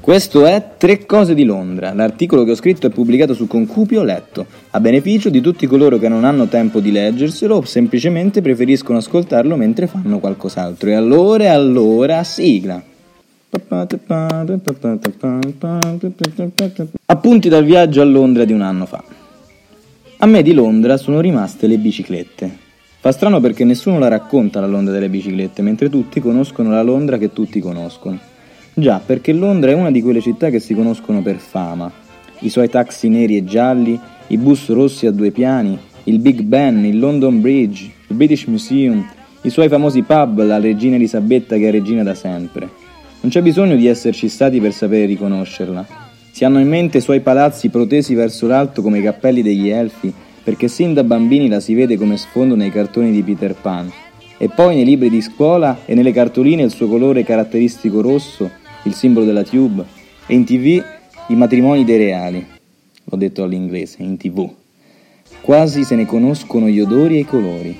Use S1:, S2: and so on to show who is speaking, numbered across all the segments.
S1: Questo è Tre cose di Londra, l'articolo che ho scritto e pubblicato su Concupio letto, a beneficio di tutti coloro che non hanno tempo di leggerselo o semplicemente preferiscono ascoltarlo mentre fanno qualcos'altro. E allora, sigla! Appunti dal viaggio a Londra di un anno fa. A me di Londra sono rimaste le biciclette. Fa strano perché nessuno la racconta la Londra delle biciclette, mentre tutti conoscono la Londra che tutti conoscono. Già, perché Londra è una di quelle città che si conoscono per fama. I suoi taxi neri e gialli, i bus rossi a 2 piani, il Big Ben, il London Bridge, il British Museum, i suoi famosi pub, la regina Elisabetta che è regina da sempre. Non c'è bisogno di esserci stati per sapere riconoscerla. Si hanno in mente i suoi palazzi protesi verso l'alto come i cappelli degli elfi, perché sin da bambini la si vede come sfondo nei cartoni di Peter Pan. E poi nei libri di scuola e nelle cartoline il suo colore caratteristico rosso, il simbolo della Tube, e in TV i matrimoni dei reali. L'ho detto all'inglese, in TV. Quasi se ne conoscono gli odori e i colori.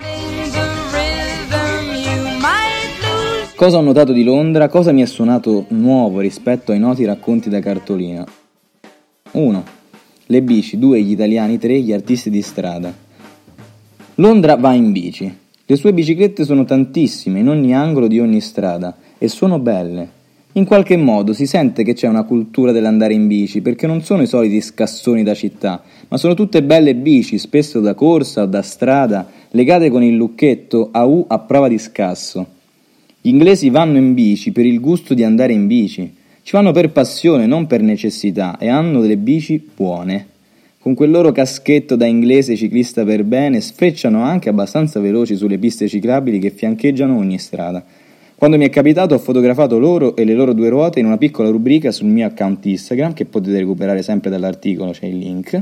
S1: Cosa ho notato di Londra? Cosa mi è suonato nuovo rispetto ai noti racconti da cartolina? 1. Le bici, 2. Gli italiani, 3. Gli artisti di strada. Londra va in bici. Le sue biciclette sono tantissime in ogni angolo di ogni strada e sono belle. In qualche modo si sente che c'è una cultura dell'andare in bici, perché non sono i soliti scassoni da città, ma sono tutte belle bici, spesso da corsa o da strada, legate con il lucchetto a U a prova di scasso. Gli inglesi vanno in bici per il gusto di andare in bici, ci vanno per passione, non per necessità, e hanno delle bici buone. Con quel loro caschetto da inglese ciclista per bene sfrecciano anche abbastanza veloci sulle piste ciclabili che fiancheggiano ogni strada. Quando mi è capitato ho fotografato loro e le loro 2 ruote in una piccola rubrica sul mio account Instagram, che potete recuperare sempre dall'articolo, c'è il link.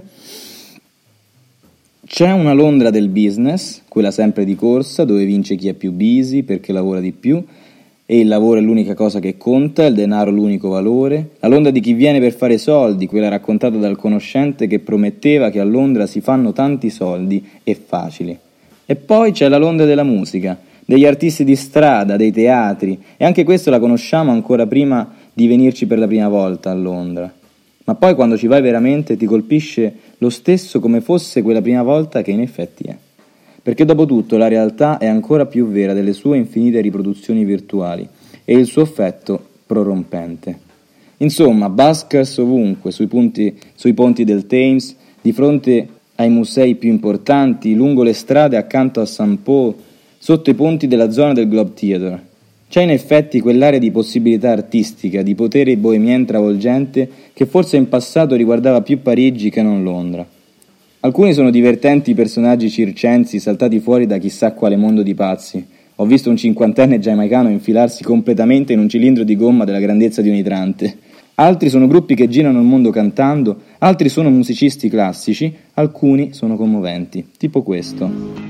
S1: C'è una Londra del business, quella sempre di corsa, dove vince chi è più busy perché lavora di più, e il lavoro è l'unica cosa che conta, il denaro l'unico valore. La Londra di chi viene per fare soldi, quella raccontata dal conoscente che prometteva che a Londra si fanno tanti soldi e facili. E poi c'è la Londra della musica, degli artisti di strada, dei teatri, e anche questo la conosciamo ancora prima di venirci per la prima volta a Londra. Ma poi quando ci vai veramente ti colpisce lo stesso come fosse quella prima volta che in effetti è. Perché dopo tutto la realtà è ancora più vera delle sue infinite riproduzioni virtuali e il suo effetto prorompente. Insomma, buskers ovunque, sui ponti del Thames, di fronte ai musei più importanti, lungo le strade accanto a St. Paul, sotto i ponti della zona del Globe Theatre. C'è in effetti quell'area di possibilità artistica, di potere bohemien travolgente che forse in passato riguardava più Parigi che non Londra. Alcuni sono divertenti personaggi circensi saltati fuori da chissà quale mondo di pazzi. Ho visto un 50enne giamaicano infilarsi completamente in un cilindro di gomma della grandezza di un idrante. Altri sono gruppi che girano il mondo cantando, altri sono musicisti classici, alcuni sono commoventi, tipo questo.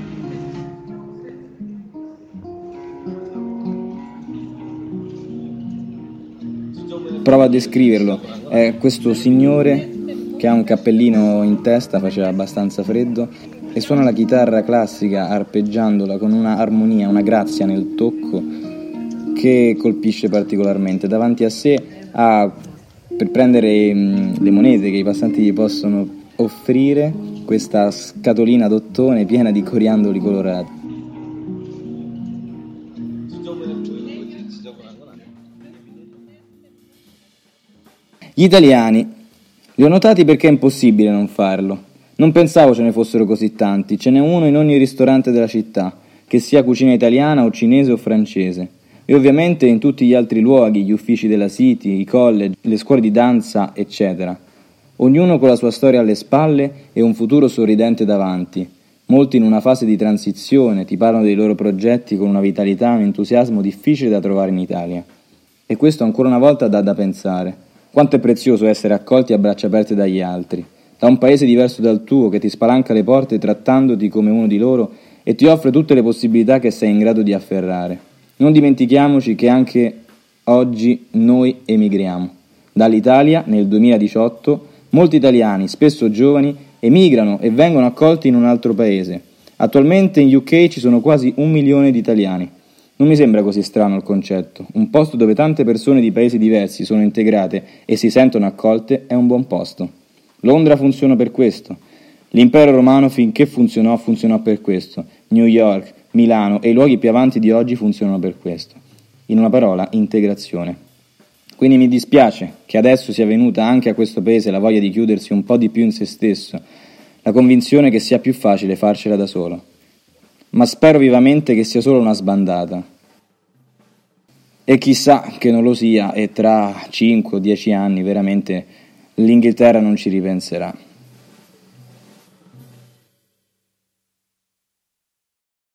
S1: Prova a descriverlo. È questo signore che ha un cappellino in testa, faceva abbastanza freddo, e suona la chitarra classica arpeggiandola con una armonia, una grazia nel tocco che colpisce particolarmente. Davanti a sé ha, per prendere le monete che i passanti gli possono offrire, questa scatolina d'ottone piena di coriandoli colorati. Gli italiani li ho notati perché è impossibile non farlo. Non pensavo ce ne fossero così tanti, ce n'è uno in ogni ristorante della città, che sia cucina italiana o cinese o francese. E ovviamente in tutti gli altri luoghi, gli uffici della City, i college, le scuole di danza, eccetera. Ognuno con la sua storia alle spalle e un futuro sorridente davanti. Molti in una fase di transizione ti parlano dei loro progetti con una vitalità e un entusiasmo difficile da trovare in Italia. E questo ancora una volta dà da pensare. Quanto è prezioso essere accolti a braccia aperte dagli altri, da un paese diverso dal tuo che ti spalanca le porte trattandoti come uno di loro e ti offre tutte le possibilità che sei in grado di afferrare. Non dimentichiamoci che anche oggi noi emigriamo. Dall'Italia, nel 2018, molti italiani, spesso giovani, emigrano e vengono accolti in un altro paese. Attualmente in UK ci sono quasi 1 milione di italiani. Non mi sembra così strano il concetto. Un posto dove tante persone di paesi diversi sono integrate e si sentono accolte è un buon posto. Londra funzionò per questo. L'impero romano finché funzionò per questo. New York, Milano e i luoghi più avanti di oggi funzionano per questo. In una parola, integrazione. Quindi mi dispiace che adesso sia venuta anche a questo paese la voglia di chiudersi un po' di più in se stesso, la convinzione che sia più facile farcela da solo. Ma spero vivamente che sia solo una sbandata. E chissà che non lo sia e tra 5 o 10 anni veramente l'Inghilterra non ci ripenserà.